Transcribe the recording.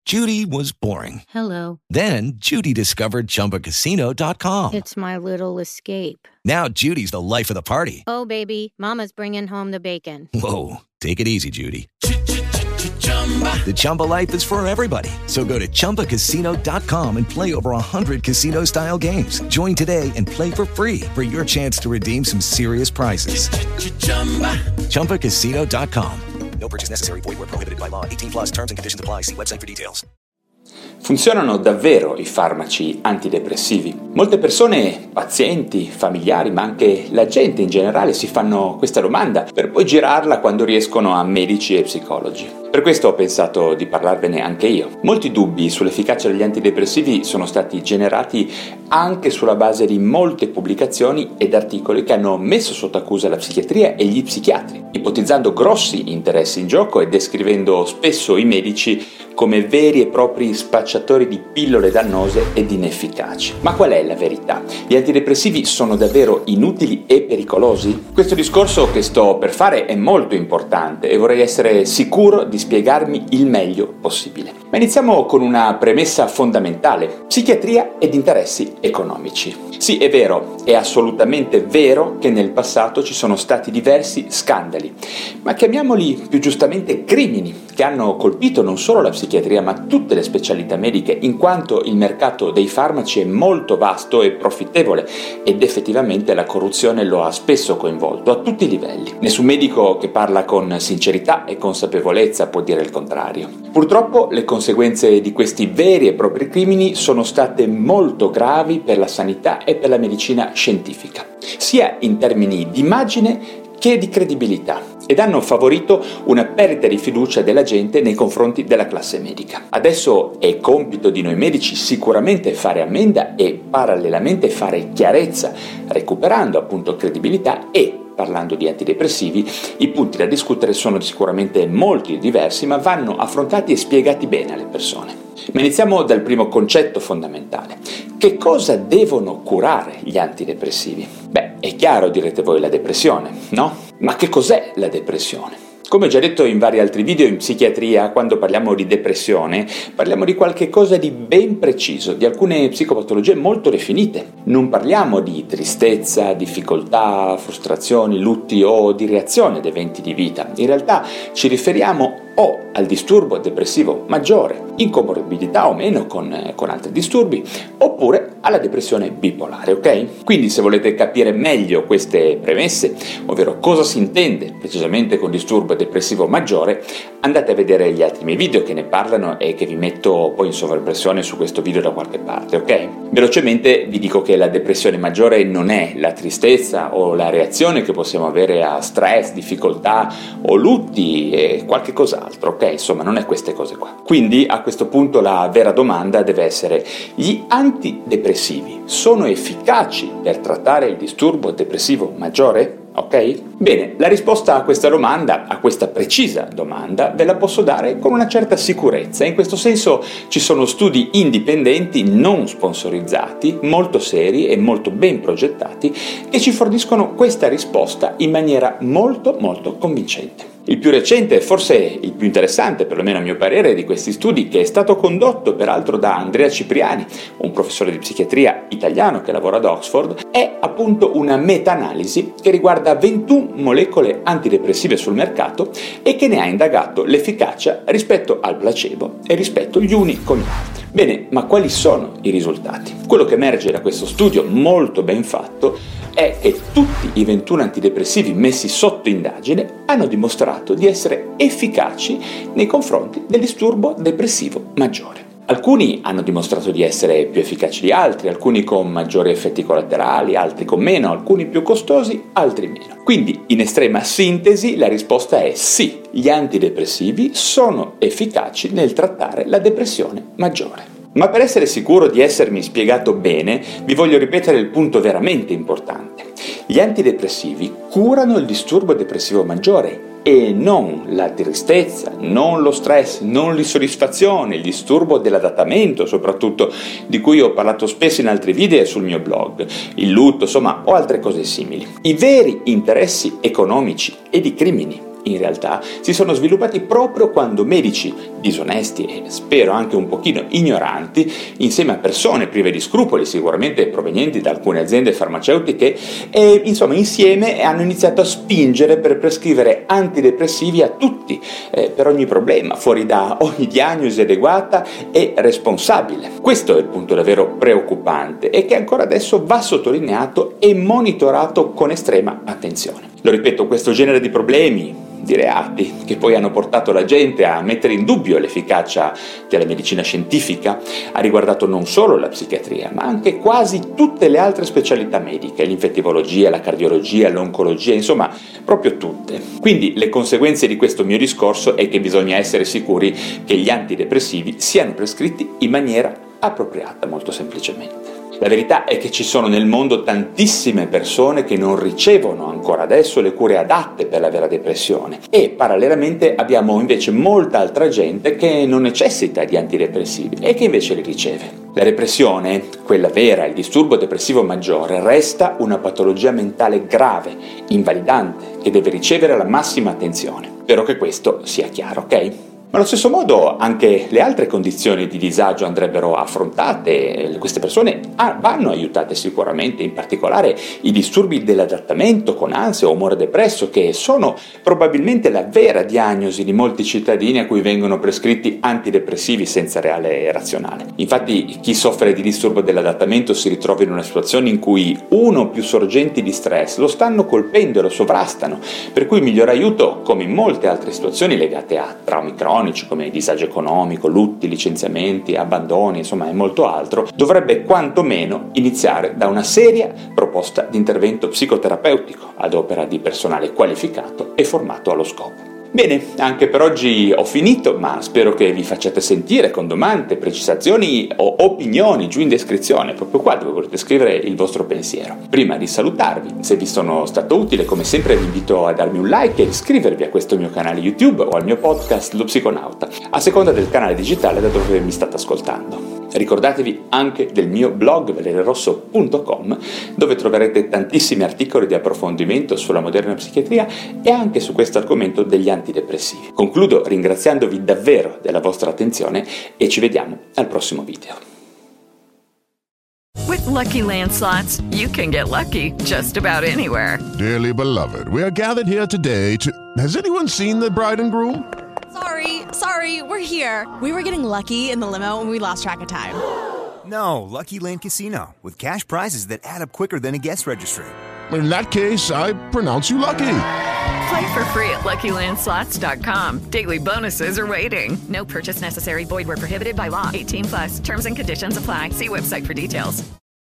Judy was boring. Hello. Then Judy discovered ChumbaCasino.com. It's my little escape. Now Judy's the life of the party. Oh, baby, mama's bringing home the bacon. Whoa, take it easy, Judy. The Chumba life is for everybody. So go to ChumbaCasino.com and play over 100 casino-style games. Join today and play for free for your chance to redeem some serious prizes. ChumbaCasino.com. No purchase necessary. Void where prohibited by law. 18 plus terms and conditions apply. See website for details. Funzionano davvero i farmaci antidepressivi? Molte persone, pazienti, familiari, ma anche la gente in generale si fanno questa domanda per poi girarla quando riescono a medici e psicologi. Per questo ho pensato di parlarvene anche io. Molti dubbi sull'efficacia degli antidepressivi sono stati generati anche sulla base di molte pubblicazioni ed articoli che hanno messo sotto accusa la psichiatria e gli psichiatri, ipotizzando grossi interessi in gioco e descrivendo spesso i medici come veri e propri spacciatori di pillole dannose ed inefficaci. Ma qual è la verità? Gli antidepressivi sono davvero inutili e pericolosi? Questo discorso che sto per fare è molto importante e vorrei essere sicuro di spiegarmi il meglio possibile. Ma iniziamo con una premessa fondamentale: psichiatria ed interessi economici. Sì, è vero, è assolutamente vero che nel passato ci sono stati diversi scandali, ma chiamiamoli più giustamente crimini, che hanno colpito non solo la psichiatria ma tutte le specialità mediche, in quanto il mercato dei farmaci è molto vasto e profittevole ed effettivamente la corruzione lo ha spesso coinvolto a tutti i livelli. Nessun medico che parla con sincerità e consapevolezza può dire il contrario. Purtroppo le conseguenze di questi veri e propri crimini sono state molto gravi per la sanità e per la medicina scientifica, sia in termini di immagine che di credibilità, ed hanno favorito una perdita di fiducia della gente nei confronti della classe medica. Adesso è compito di noi medici sicuramente fare ammenda e parallelamente fare chiarezza, recuperando appunto credibilità e, parlando di antidepressivi, i punti da discutere sono sicuramente molti diversi, ma vanno affrontati e spiegati bene alle persone. Ma iniziamo dal primo concetto fondamentale. Che cosa devono curare gli antidepressivi? Beh, è chiaro, direte voi, la depressione, no? Ma che cos'è la depressione? Come ho già detto in vari altri video, in psichiatria, quando parliamo di depressione, parliamo di qualche cosa di ben preciso, di alcune psicopatologie molto definite. Non parliamo di tristezza, difficoltà, frustrazioni, lutti o di reazione ad eventi di vita. In realtà ci riferiamo o al disturbo depressivo maggiore, in comorbidità o meno con altri disturbi, oppure alla depressione bipolare, ok? Quindi se volete capire meglio queste premesse, ovvero cosa si intende precisamente con disturbo depressivo maggiore, andate a vedere gli altri miei video che ne parlano e che vi metto poi in sovraimpressione su questo video da qualche parte, ok? Velocemente vi dico che la depressione maggiore non è la tristezza o la reazione che possiamo avere a stress, difficoltà o lutti e qualche cos'altro, ok? Insomma, non è queste cose qua. Quindi a questo punto la vera domanda deve essere: gli antidepressivi sono efficaci per trattare il disturbo depressivo maggiore? Ok? Bene, la risposta a questa domanda, a questa precisa domanda, ve la posso dare con una certa sicurezza. In questo senso ci sono studi indipendenti, non sponsorizzati, molto seri e molto ben progettati, che ci forniscono questa risposta in maniera molto convincente. Il più recente, forse il più interessante, perlomeno a mio parere, di questi studi, che è stato condotto peraltro da Andrea Cipriani, un professore di psichiatria italiano che lavora ad Oxford, è appunto una meta-analisi che riguarda 21 molecole antidepressive sul mercato e che ne ha indagato l'efficacia rispetto al placebo e rispetto gli uni con gli altri. Bene, ma quali sono i risultati? Quello che emerge da questo studio molto ben fatto è che tutti i 21 antidepressivi messi sotto indagine hanno dimostrato di essere efficaci nei confronti del disturbo depressivo maggiore. Alcuni hanno dimostrato di essere più efficaci di altri, alcuni con maggiori effetti collaterali, altri con meno, alcuni più costosi, altri meno. Quindi, in estrema sintesi, la risposta è sì, gli antidepressivi sono efficaci nel trattare la depressione maggiore. Ma per essere sicuro di essermi spiegato bene, vi voglio ripetere il punto veramente importante. Gli antidepressivi curano il disturbo depressivo maggiore e non la tristezza, non lo stress, non l'insoddisfazione, il disturbo dell'adattamento soprattutto, di cui ho parlato spesso in altri video e sul mio blog, il lutto, insomma, o altre cose simili. I veri interessi economici e di crimini in realtà, si sono sviluppati proprio quando medici disonesti e spero anche un pochino ignoranti, insieme a persone prive di scrupoli, sicuramente provenienti da alcune aziende farmaceutiche, e insomma insieme hanno iniziato a spingere per prescrivere antidepressivi a tutti, per ogni problema, fuori da ogni diagnosi adeguata e responsabile. Questo è il punto davvero preoccupante e che ancora adesso va sottolineato e monitorato con estrema attenzione. Lo ripeto, questo genere di problemi, di reati, che poi hanno portato la gente a mettere in dubbio l'efficacia della medicina scientifica, ha riguardato non solo la psichiatria, ma anche quasi tutte le altre specialità mediche, l'infettivologia, la cardiologia, l'oncologia, insomma, proprio tutte. Quindi le conseguenze di questo mio discorso è che bisogna essere sicuri che gli antidepressivi siano prescritti in maniera appropriata, molto semplicemente. La verità è che ci sono nel mondo tantissime persone che non ricevono ancora adesso le cure adatte per la vera depressione e parallelamente abbiamo invece molta altra gente che non necessita di antidepressivi e che invece li riceve. La depressione, quella vera, il disturbo depressivo maggiore, resta una patologia mentale grave, invalidante, che deve ricevere la massima attenzione. Spero che questo sia chiaro, ok? Ma allo stesso modo anche le altre condizioni di disagio andrebbero affrontate, queste persone vanno aiutate sicuramente, in particolare i disturbi dell'adattamento con ansia o umore depresso, che sono probabilmente la vera diagnosi di molti cittadini a cui vengono prescritti antidepressivi senza reale razionale. Infatti chi soffre di disturbo dell'adattamento si ritrova in una situazione in cui uno o più sorgenti di stress lo stanno colpendo e lo sovrastano, per cui il miglior aiuto, come in molte altre situazioni legate a traumi cronici come disagio economico, lutti, licenziamenti, abbandoni, insomma e molto altro, dovrebbe quantomeno iniziare da una seria proposta di intervento psicoterapeutico ad opera di personale qualificato e formato allo scopo. Bene, anche per oggi ho finito, ma spero che vi facciate sentire con domande, precisazioni o opinioni giù in descrizione, proprio qua dove volete scrivere il vostro pensiero. Prima di salutarvi, se vi sono stato utile, come sempre vi invito a darmi un like e iscrivervi a questo mio canale YouTube o al mio podcast Lo Psiconauta, a seconda del canale digitale da dove mi state ascoltando. Ricordatevi anche del mio blog valeriorosso.com, dove troverete tantissimi articoli di approfondimento sulla moderna psichiatria e anche su questo argomento degli antidepressivi. Concludo ringraziandovi davvero della vostra attenzione e ci vediamo al prossimo video. With Lucky Land Slots, you can get lucky just about anywhere. Dearly beloved, we are gathered here today to... Has anyone seen the bride and groom? Sorry, we're here. We were getting lucky in the limo and we lost track of time. No, Lucky Land Casino, with cash prizes that add up quicker than a guest registry. In that case, I pronounce you lucky. Play for free at LuckyLandSlots.com. Daily bonuses are waiting. No purchase necessary. Void where prohibited by law. 18+. Terms and conditions apply. See website for details.